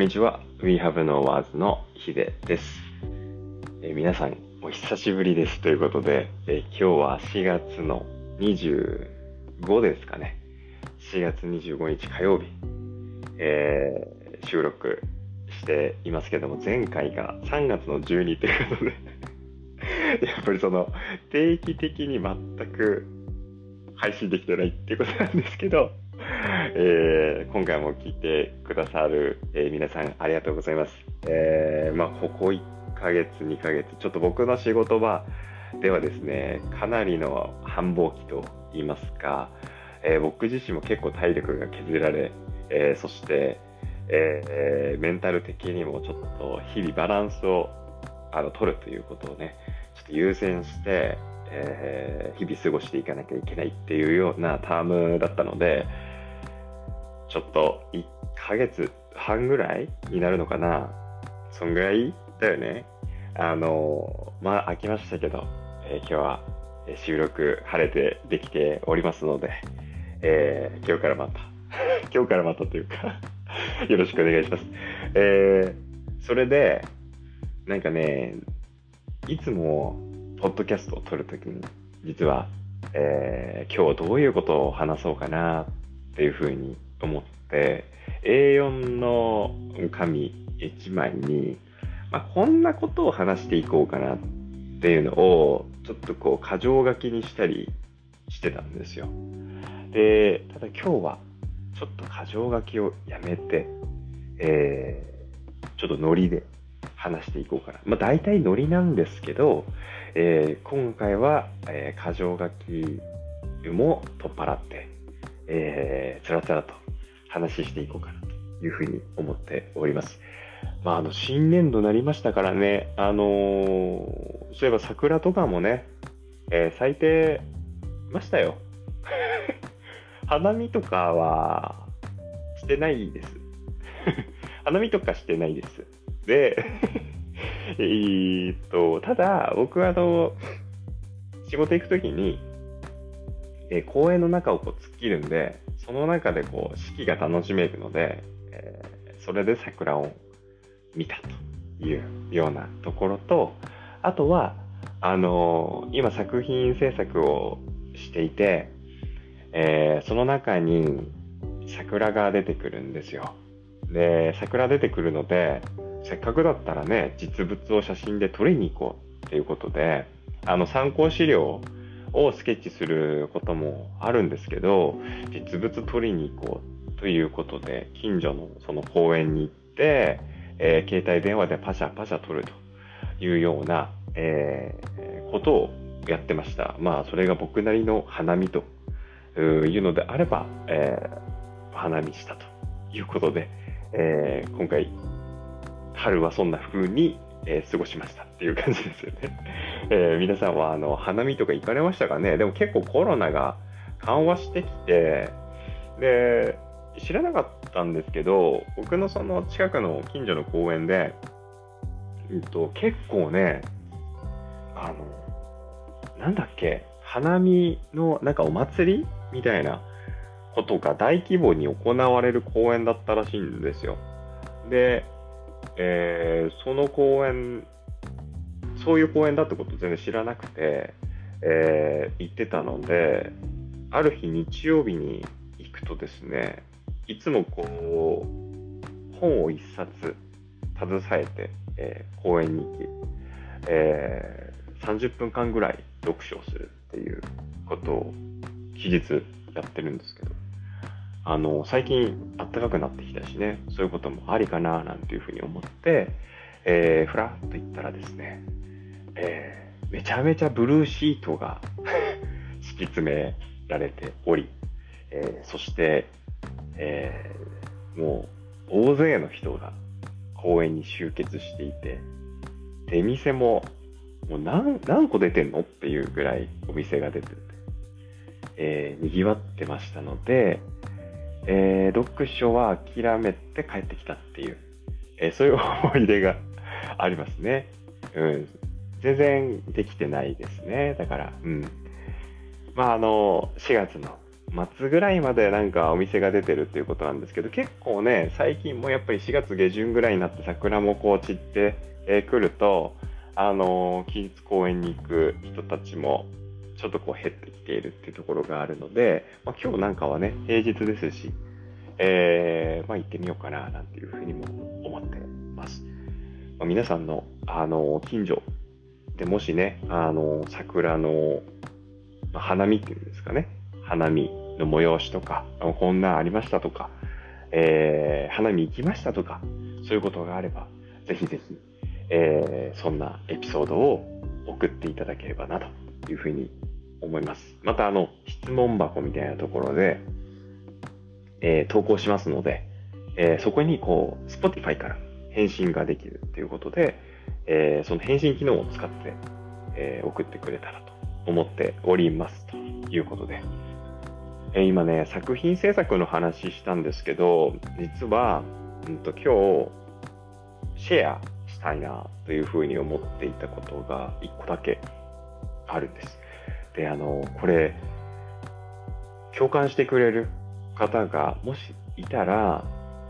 にちは。We have no words のヒデです。皆さん、お久しぶりですということで、今日は4月の25ですかね。4月25日火曜日、収録していますけども、前回が3月の12ということで、やっぱり定期的に全く配信できてないっていうことなんですけど、今回も聞いてくださる、皆さんありがとうございます。ここ1ヶ月、2ヶ月、ちょっと僕の仕事場ではですね、かなりの繁忙期と言いますか、僕自身も結構体力が削られ、そして、メンタル的にもちょっと日々バランスを取るということをね、ちょっと優先して、日々過ごしていかなきゃいけないっていうようなタームだったので、ちょっと1ヶ月半ぐらいになるのかな、そんぐらいだよね。飽きましたけど、今日は収録晴れてできておりますので、今日からまた今日からまたというかよろしくお願いします。それでなんかね、いつもポッドキャストを撮るときに実は、今日どういうことを話そうかなっていうふうに思って、 A4 の紙1枚に、こんなことを話していこうかなっていうのをちょっと箇条書きにしたりしてたんですよ。で、ただ今日はちょっと箇条書きをやめて、ちょっとノリで話していこうかな。大体ノリなんですけど、今回は、箇条書きも取っ払って、つらつらと話していこうかなというふうに思っております。新年度になりましたからね、そういえば桜とかもね、咲いてましたよ。花見とかはしてないです。花見とかしてないです。で、ただ、僕は仕事行くときに、公園の中を突っ切るんで、その中で四季が楽しめるので、それで桜を見たというようなところと、あとは、今作品制作をしていて、その中に桜が出てくるんですよ。で、桜出てくるので、せっかくだったらね、実物を写真で撮りに行こうっていうことで、参考資料をスケッチすることもあるんですけど、実物撮りに行こうということで、近所のその公園に行って、携帯電話でパシャパシャ撮るというような、ことをやってました。それが僕なりの花見というのであれば、花見したということで、今回春はそんな風に、過ごしましたっていう感じですよね。皆さんは花見とか行かれましたかね。でも結構コロナが緩和してきて、で、知らなかったんですけど、僕のその近くの近所の公園で、結構ね、なんだっけ、花見のなんかお祭りみたいなことが大規模に行われる公園だったらしいんですよ。で、その公園、そういう公園だってこと全然知らなくて、行ってたので、ある日日曜日に行くとですね、いつも本を一冊携えて、公園に行き、30分間ぐらい読書をするっていうことを期日やってるんですけど、最近暖かくなってきたしね、そういうこともありかななんていうふうに思って、ふらっと行ったらですね、めちゃめちゃブルーシートが敷き詰められており、そして、もう大勢の人が公園に集結していて、出店ももう何個出てんのっていうぐらいお店が出てて、賑わってましたので、読書は諦めて帰ってきたっていう、そういう思い出がありますね。全然できてないですね。だから、4月の末ぐらいまでなんかお店が出てるっていうことなんですけど、結構ね、最近もやっぱり4月下旬ぐらいになって桜もこう散ってくると、期日公園に行く人たちもちょっとこう減ってきているっていうところがあるので、今日なんかはね、平日ですし、行ってみようかななんていうふうにも思ってます。皆さんの、近所でもしね、桜の花見っていうんですかね、花見の催しとか、こんなんありましたとか、花見行きましたとか、そういうことがあれば、ぜひぜひ、そんなエピソードを送っていただければなというふうに思います。また、質問箱みたいなところで、投稿しますので、そこにこう、Spotify から返信ができるということで、その返信機能を使って、送ってくれたらと思っておりますということで、今ね、作品制作の話したんですけど、実は、今日、シェアしたいなというふうに思っていたことが一個だけあるんです。で、これ、共感してくれる方がもしいたら、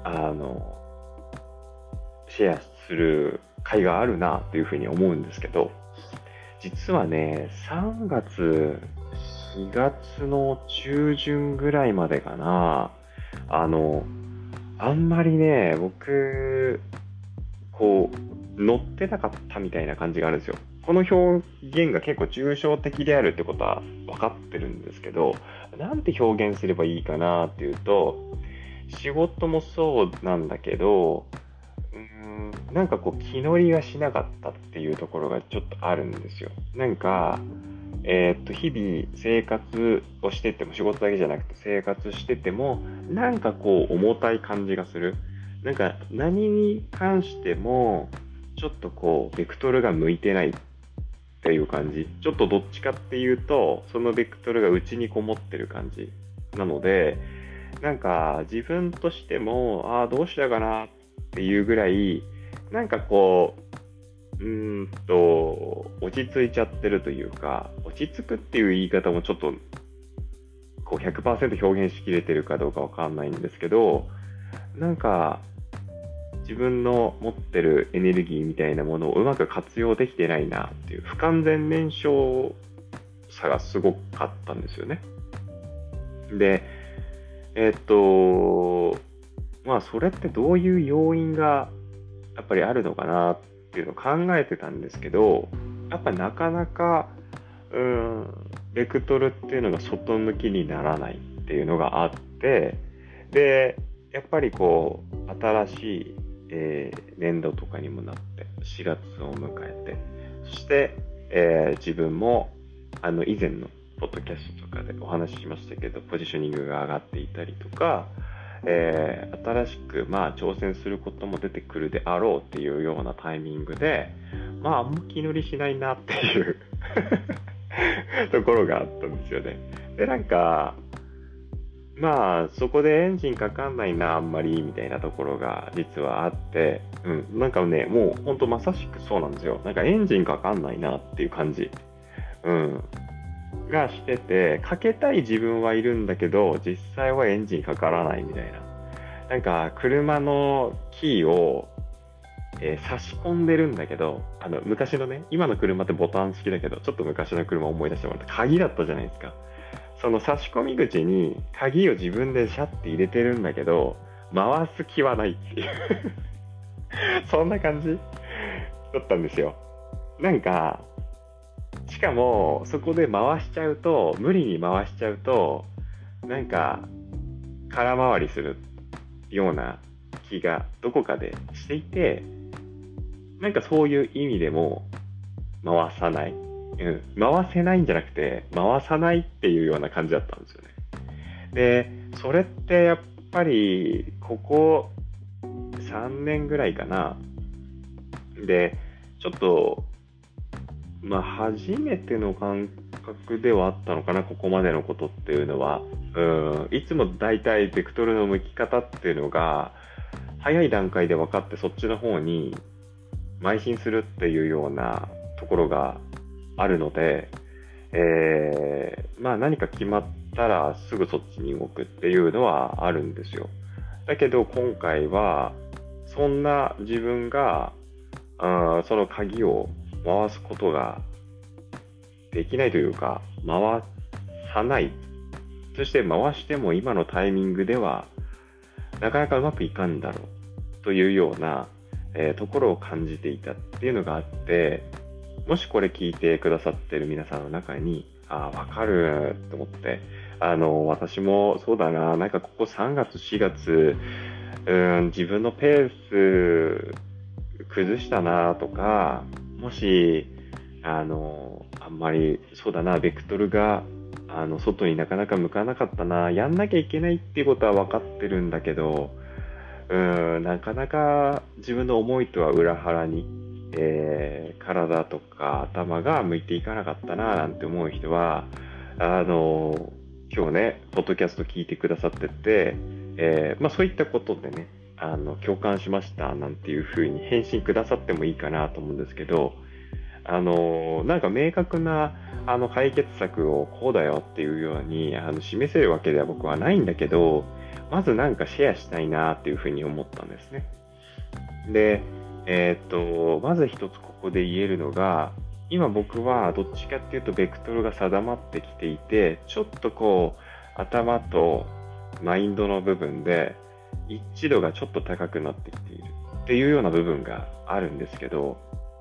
シェアする会があるなというふうに思うんですけど、実はね、3月、4月の中旬ぐらいまでかな、あんまりね、僕、こう、乗ってなかったみたいな感じがあるんですよ。この表現が結構抽象的であるってことは分かってるんですけど、なんて表現すればいいかなっていうと、仕事もそうなんだけど、なんかこう気乗りがしなかったっていうところがちょっとあるんですよ。なんか、日々生活をしてても、仕事だけじゃなくて生活してても、なんかこう重たい感じがする。なんか何に関しても、ちょっとこう、ベクトルが向いてないっていう感じ。ちょっとどっちかっていうと、そのベクトルが内にこもってる感じ。なので、なんか自分としても、どうしようかなっていうぐらい、なんかこう、落ち着いちゃってるというか、落ち着くっていう言い方もちょっと、こう100% 表現しきれてるかどうかわかんないんですけど、なんか、自分の持ってるエネルギーみたいなものをうまく活用できてないなっていう不完全燃焼さがすごかったんですよね。で、それってどういう要因がやっぱりあるのかなっていうのを考えてたんですけど、やっぱなかなか、ベクトルっていうのが外向きにならないっていうのがあって、で、やっぱりこう、新しい、年度とかにもなって4月を迎えて、そして、自分も以前のポッドキャストとかでお話ししましたけど、ポジショニングが上がっていたりとか、新しく挑戦することも出てくるであろうっていうようなタイミングで、あんま気乗りしないなっていうところがあったんですよね。で、なんか、そこでエンジンかかんないな、あんまり、みたいなところが実はあって、なんかね、もうほんとまさしくそうなんですよ。なんかエンジンかかんないなっていう感じ。がしてて、かけたい自分はいるんだけど、実際はエンジンかからないみたいな。なんか、車のキーを、差し込んでるんだけど、昔のね、今の車ってボタン式だけど、ちょっと昔の車を思い出してもらって、鍵だったじゃないですか。その差し込み口に鍵を自分でシャッて入れてるんだけど、回す気はないっていうそんな感じだったんですよ。なんか、しかも、そこで回しちゃうと、無理に回しちゃうと、なんか、空回りするような気がどこかでしていて、なんかそういう意味でも、回さない。回せないんじゃなくて、回さないっていうような感じだったんですよね。で、それってやっぱり、ここ3年ぐらいかな。で、ちょっと、初めての感覚ではあったのかな、ここまでのことっていうのは。いつも大体ベクトルの向き方っていうのが、早い段階で分かってそっちの方に邁進するっていうようなところがあるので、 まあ何か決まったらすぐそっちに動くっていうのはあるんですよ。だけど今回はそんな自分がその鍵を回すことができないというか、回さない。そして回しても今のタイミングではなかなかうまくいかんだろうというような、ところを感じていたっていうのがあって、もしこれ聞いてくださってる皆さんの中に、わかると思って、私もそうだな、なんかここ3月、4月、自分のペース崩したなとか、もし、あんまり、そうだな、ベクトルが、外になかなか向かなかったな、やんなきゃいけないっていうことは分かってるんだけど、なかなか自分の思いとは裏腹に、体とか頭が向いていかなかったな、なんて思う人は、今日ね、ポッドキャスト聞いてくださってて、まあそういったことでね、共感しましたなんていうふうに返信くださってもいいかなと思うんですけど、なんか明確な解決策をこうだよっていうように示せるわけでは僕はないんだけど、まずなんかシェアしたいなっていうふうに思ったんですね。で、まず一つここで言えるのが、今僕はどっちかっていうとベクトルが定まってきていて、ちょっとこう頭とマインドの部分で一致度がちょっと高くなってきているっていうような部分があるんですけど、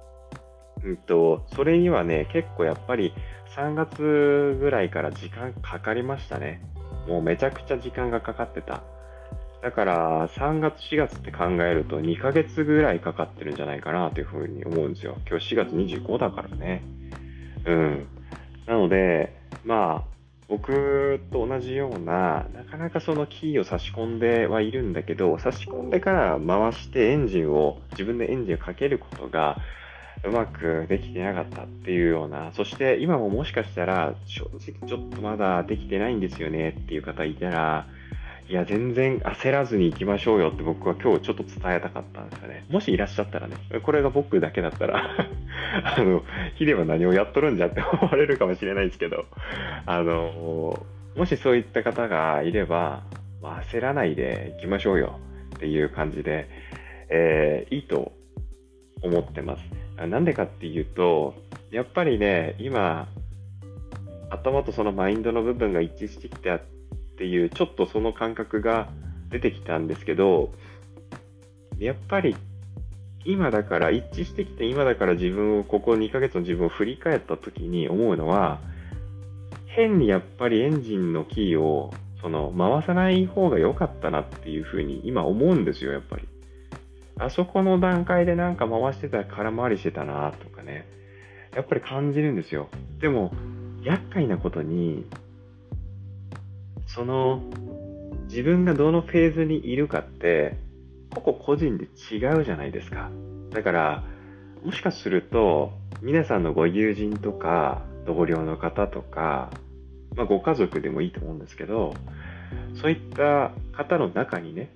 それにはね、結構やっぱり3月ぐらいから時間かかりましたね。もうめちゃくちゃ時間がかかってた。だから3月4月って考えると2ヶ月ぐらいかかってるんじゃないかなというふうに思うんですよ。今日4月25だからね。うん。なので、まあ、僕と同じような、なかなかそのキーを差し込んではいるんだけど、差し込んでから回して自分でエンジンをかけることがうまくできてなかったっていうような、そして今ももしかしたら正直ちょっとまだできてないんですよねっていう方いたら、いや全然焦らずに行きましょうよって僕は今日ちょっと伝えたかったんですよね。もしいらっしゃったらね、これが僕だけだったらヒデは何をやっとるんじゃって思われるかもしれないですけど、もしそういった方がいれば、まあ、焦らないで行きましょうよっていう感じで、いいと思ってます。なんでかっていうと、やっぱりね、今、頭とそのマインドの部分が一致してきたっていう、ちょっとその感覚が出てきたんですけど、やっぱり今だから、一致してきて今だからここ2ヶ月の自分を振り返った時に思うのは、変にやっぱりエンジンのキーを回さない方が良かったなっていうふうに今思うんですよ、やっぱり。あそこの段階でなんか回してたら空回りしてたなとかね、やっぱり感じるんですよ。でも、厄介なことに、その自分がどのフェーズにいるかって、個々個人で違うじゃないですか。だから、もしかすると、皆さんのご友人とか、同僚の方とか、まあご家族でもいいと思うんですけど、そういった方の中にね、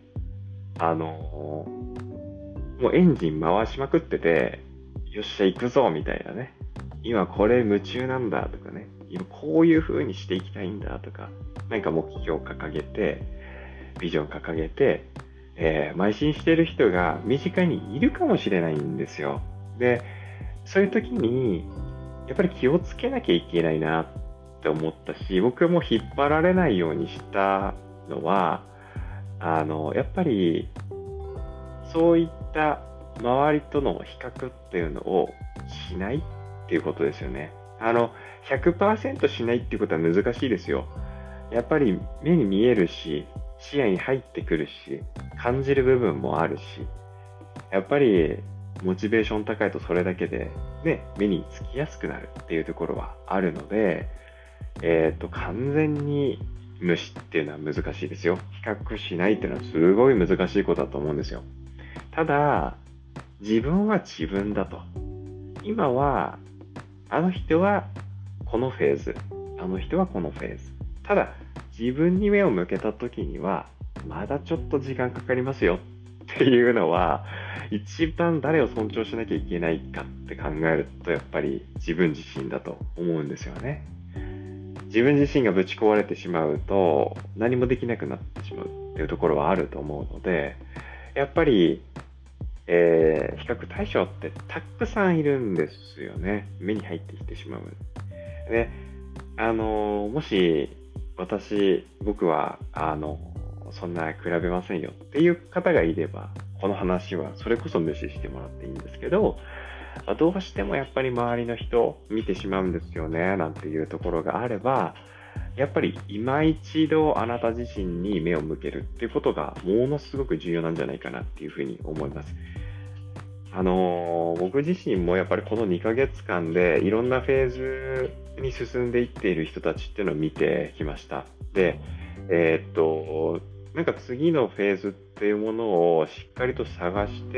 もうエンジン回しまくってて、よっしゃ行くぞみたいなね。今これ夢中なんだとかね。今こういう風にしていきたいんだとか、何か目標を掲げて、ビジョンを掲げて、邁進してる人が身近にいるかもしれないんですよ。で、そういう時に、やっぱり気をつけなきゃいけないなって思ったし、僕も引っ張られないようにしたのは、やっぱりそういった周りとの比較っていうのをしないっていうことですよね。100% しないっていうことは難しいですよ。やっぱり目に見えるし、視野に入ってくるし、感じる部分もあるし、やっぱりモチベーション高いとそれだけでね、目につきやすくなるっていうところはあるので、完全に無視っていうのは難しいですよ。比較しないっていうのはすごい難しいことだと思うんですよ。ただ、自分は自分だと。今は、あの人はこのフェーズ、あの人はこのフェーズ。ただ、自分に目を向けた時には、まだちょっと時間かかりますよっていうのは、一番誰を尊重しなきゃいけないかって考えると、やっぱり自分自身だと思うんですよね。 自分自身がぶち壊れてしまうと何もできなくなってしまうっていうところはあると思うので、やっぱり、比較対象ってたくさんいるんですよね。目に入ってきてしまう。で、もし僕は、そんな比べませんよっていう方がいれば、この話はそれこそ無視してもらっていいんですけど、どうしてもやっぱり周りの人を見てしまうんですよね、なんていうところがあれば、やっぱり今一度あなた自身に目を向けるっていうことがものすごく重要なんじゃないかなっていうふうに思います。僕自身もやっぱりこの2ヶ月間でいろんなフェーズに進んでいっている人たちっていうのを見てきました。で、なんか次のフェーズっていうものをしっかりと探して、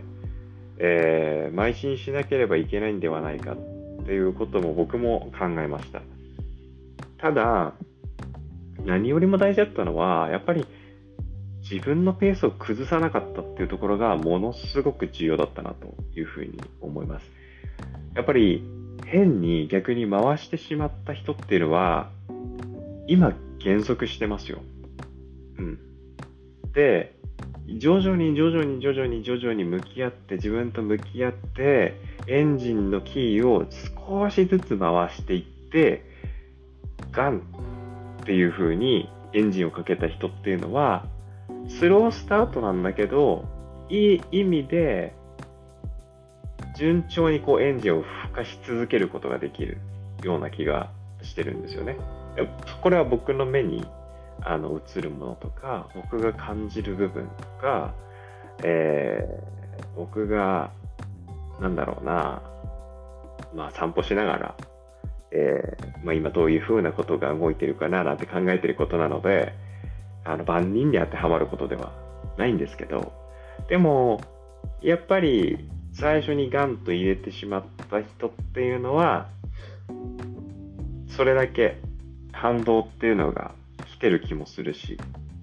邁進しなければいけないんではないかっていうことも僕も考えました。ただ、何よりも大事だったのは、やっぱり自分のペースを崩さなかったっていうところがものすごく重要だったなというふうに思います。やっぱり変に逆に回してしまった人っていうのは今減速してますよ。うん。で、徐々に向き合って自分と向き合ってエンジンのキーを少しずつ回していってガンっていう風にエンジンをかけた人っていうのはスロースタートなんだけど、いい意味で順調にこうエンジンを吹かし続けることができるような気がしてるんですよね。これは僕の目に映るものとか、僕が感じる部分とか、僕がなんだろうな、散歩しながら、今どういう風なことが動いてるかななんて考えてることなので、万人に当てはまることではないんですけど、でもやっぱり最初にガンと入れてしまった人っていうのはそれだけ反動っていうのが来てる気もするし、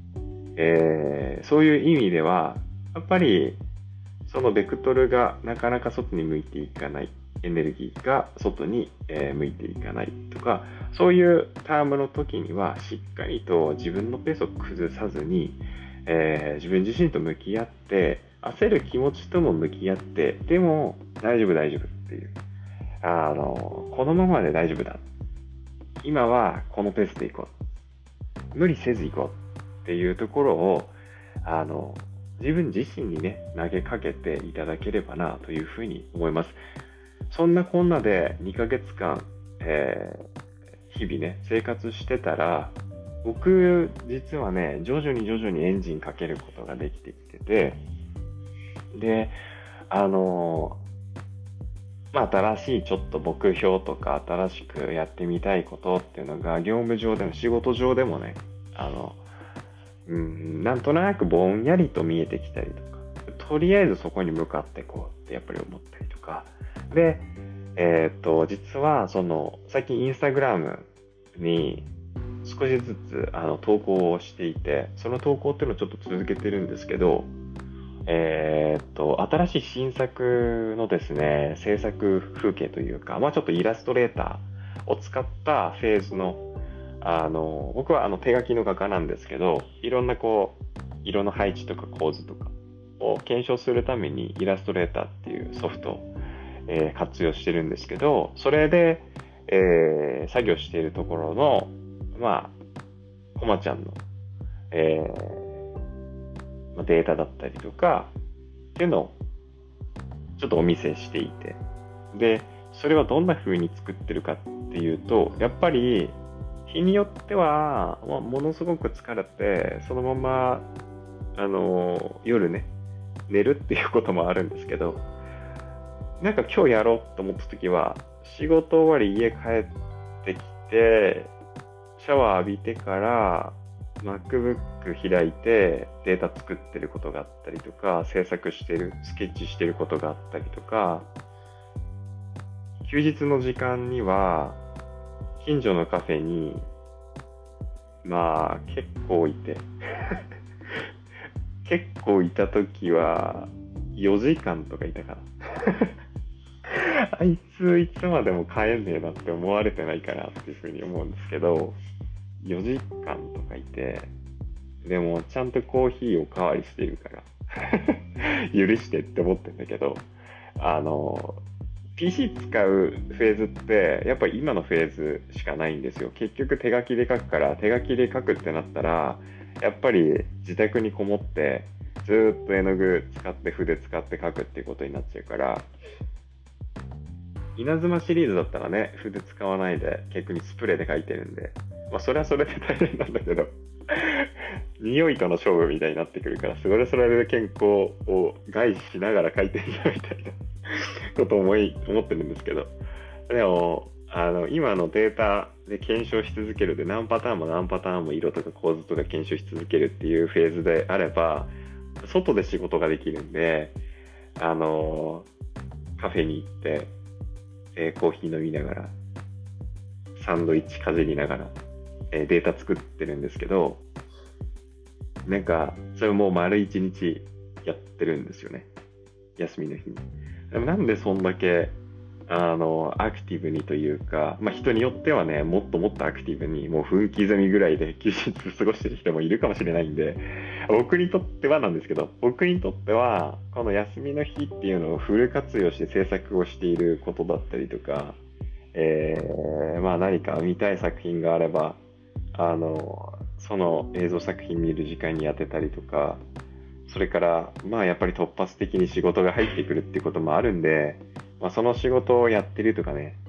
そういう意味ではやっぱりそのベクトルがなかなか外に向いていかない、エネルギーが外に向いていかないとか、そういうタームの時にはしっかりと自分のペースを崩さずに、自分自身と向き合って焦る気持ちとも向き合って、でも大丈夫っていう、このままで大丈夫だ、今はこのペースでいこう、無理せずいこうっていうところを自分自身にね投げかけていただければなというふうに思います。そんなこんなで2ヶ月間、日々ね生活してたら、僕実はね徐々にエンジンかけることができてきてて、で新しいちょっと目標とか新しくやってみたいことっていうのが業務上でも仕事上でもねなんとなくぼんやりと見えてきたりとか、とりあえずそこに向かってこうってやっぱり思ったりとかで、実は最近インスタグラムに少しずつ投稿をしていて、その投稿っていうのをちょっと続けてるんですけど、新しい新作のですね制作風景というか、ちょっとイラストレーターを使ったフェーズの僕は手書きの画家なんですけど、いろんなこう色の配置とか構図とかを検証するためにイラストレーターっていうソフトを、活用してるんですけど、それで、作業しているところのコマちゃんの、データだったりとかっていうのをちょっとお見せしていて、でそれはどんな風に作ってるかっていうと、やっぱり日によってはものすごく疲れてそのまま夜ね寝るっていうこともあるんですけど、なんか今日やろうと思った時は仕事終わり家帰ってきてシャワー浴びてから MacBook 開いてデータ作ってることがあったりとか、制作してるスケッチしてることがあったりとか、休日の時間には近所のカフェに結構いて結構いた時は4時間とかいたかなあいついつまでも帰んねえなって思われてないかなっていうふうに思うんですけど、4時間とかいて、でもちゃんとコーヒーおかわりしてるから許してって思ってんだけど、あの PC 使うフェーズってやっぱり今のフェーズしかないんですよ。結局手書きで書くから、手書きで書くってなったらやっぱり自宅にこもってずーっと絵の具使って筆使って書くっていうことになっちゃうから、稲妻シリーズだったらね、筆使わないで逆にスプレーで書いてるんで、まあそれはそれで大変なんだけど匂いとの勝負みたいになってくるから、それはそれで健康を害しながら書いてるんだみたいなことを思ってるんですけど、でも今のデータで検証し続けるで、何パターンも何パターンも色とか構図とか検証し続けるっていうフェーズであれば、外で仕事ができるんで、カフェに行って、コーヒー飲みながらサンドイッチかじりながら、データ作ってるんですけど、なんかそれもう丸一日やってるんですよね、休みの日に。でもなんでそんだけアクティブにというか、まあ、人によってはね、もっともっとアクティブに、もう分刻みぐらいで休日過ごしてる人もいるかもしれないんで、僕にとってはなんですけど、僕にとっては、この休みの日っていうのをフル活用して制作をしていることだったりとか、まあ何か見たい作品があれば、その映像作品見る時間に当てたりとか、それから、まあやっぱり突発的に仕事が入ってくるっていうこともあるんで、まあ、その仕事をやってるとかね、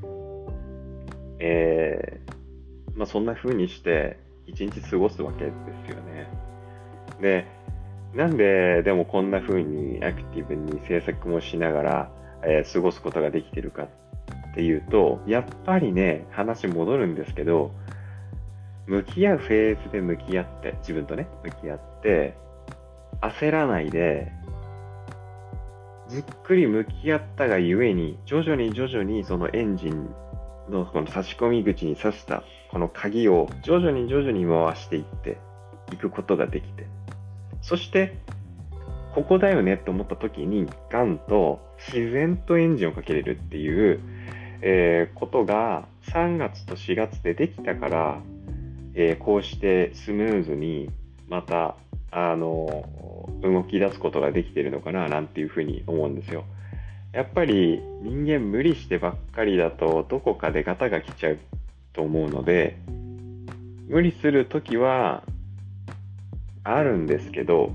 まあ、そんな風にして一日過ごすわけですよね。で、なんででもこんな風にアクティブに制作もしながら、過ごすことができてるかっていうと、やっぱりね、話戻るんですけど、向き合うフェーズで向き合って、自分とね、向き合って、焦らないで、じっくり向き合ったがゆえに、徐々に徐々にそのエンジンのこの差し込み口に刺したこの鍵を徐々に徐々に回していっていくことができて、そしてここだよねと思った時にガンと自然とエンジンをかけれるっていう、ことが3月と4月でできたから、こうしてスムーズにまた動き出すことができているのかななんていうふうに思うんですよ。やっぱり人間無理してばっかりだとどこかでガタが来ちゃうと思うので、無理するときはあるんですけど、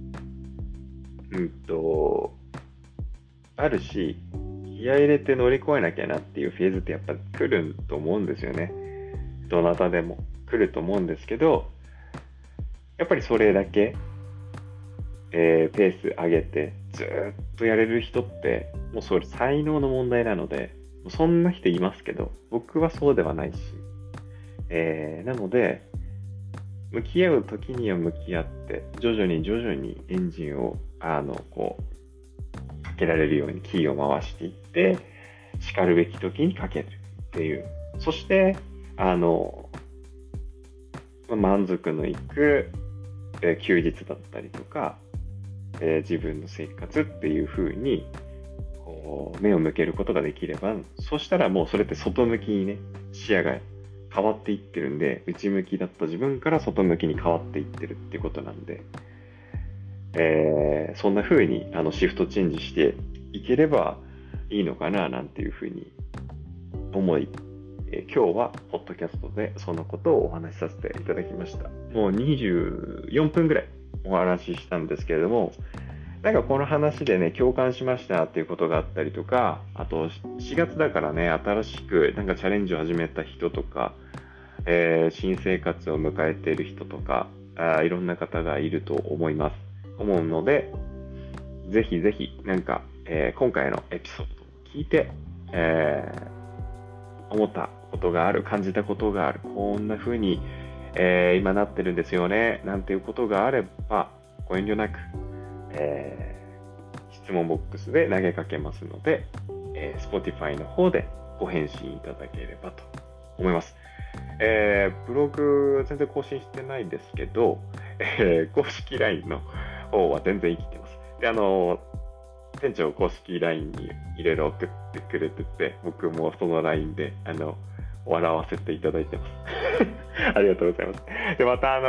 あるし、気合い入れて乗り越えなきゃなっていうフェーズってやっぱ来ると思うんですよね。どなたでも来ると思うんですけど、やっぱりそれだけペース上げてずっとやれる人ってもうそれ才能の問題なので、そんな人いますけど僕はそうではないし、なので向き合う時には向き合って徐々に徐々にエンジンをこうかけられるようにキーを回していって、しかるべき時にかけるっていう、そして満足のいく休日だったりとか、自分の生活っていう風にこう目を向けることができれば、そしたらもうそれって外向きにね、視野が変わっていってるんで、内向きだった自分から外向きに変わっていってるってことなんで、そんな風にシフトチェンジしていければいいのかななんていう風に思い、今日はポッドキャストでそのことをお話しさせていただきました。もう24分ぐらいお話ししたんですけれども、なんかこの話でね、共感しましたっていうことがあったりとか、あと4月だからね、新しくなんかチャレンジを始めた人とか、新生活を迎えている人とか、いろんな方がいると思うので、ぜひぜひなんか、今回のエピソードを聞いて、思ったことがある、感じたことがある、こんな風に、今なってるんですよねなんていうことがあれば、ご遠慮なく、質問ボックスで投げかけますので、Spotify の方でご返信いただければと思います。ブログ全然更新してないんですけど、公式 LINE の方は全然生きてます。で、 店長公式 LINE にいろいろ送ってくれてて、僕もその LINE で笑わせていただいてます。ありがとうございます。で、また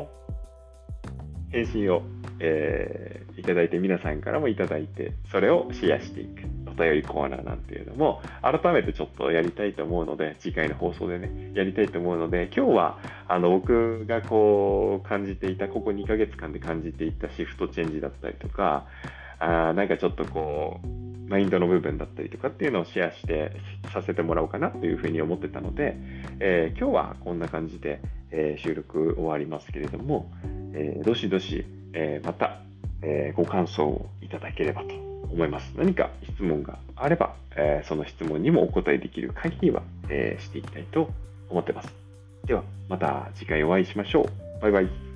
返信を、いただいて、皆さんからもいただいて、それをシェアしていくお便りコーナーなんていうのも改めてちょっとやりたいと思うので、次回の放送でねやりたいと思うので、今日は僕がこう感じていた、ここ2ヶ月間で感じていたシフトチェンジだったりとか、なんかちょっとこうマインドの部分だったりとかっていうのをシェアしてさせてもらおうかなというふうに思ってたので、今日はこんな感じで、収録終わりますけれども、どしどし、また、ご感想をいただければと思います。何か質問があれば、その質問にもお答えできる限りは、していきたいと思ってます。ではまた次回お会いしましょう。バイバイ。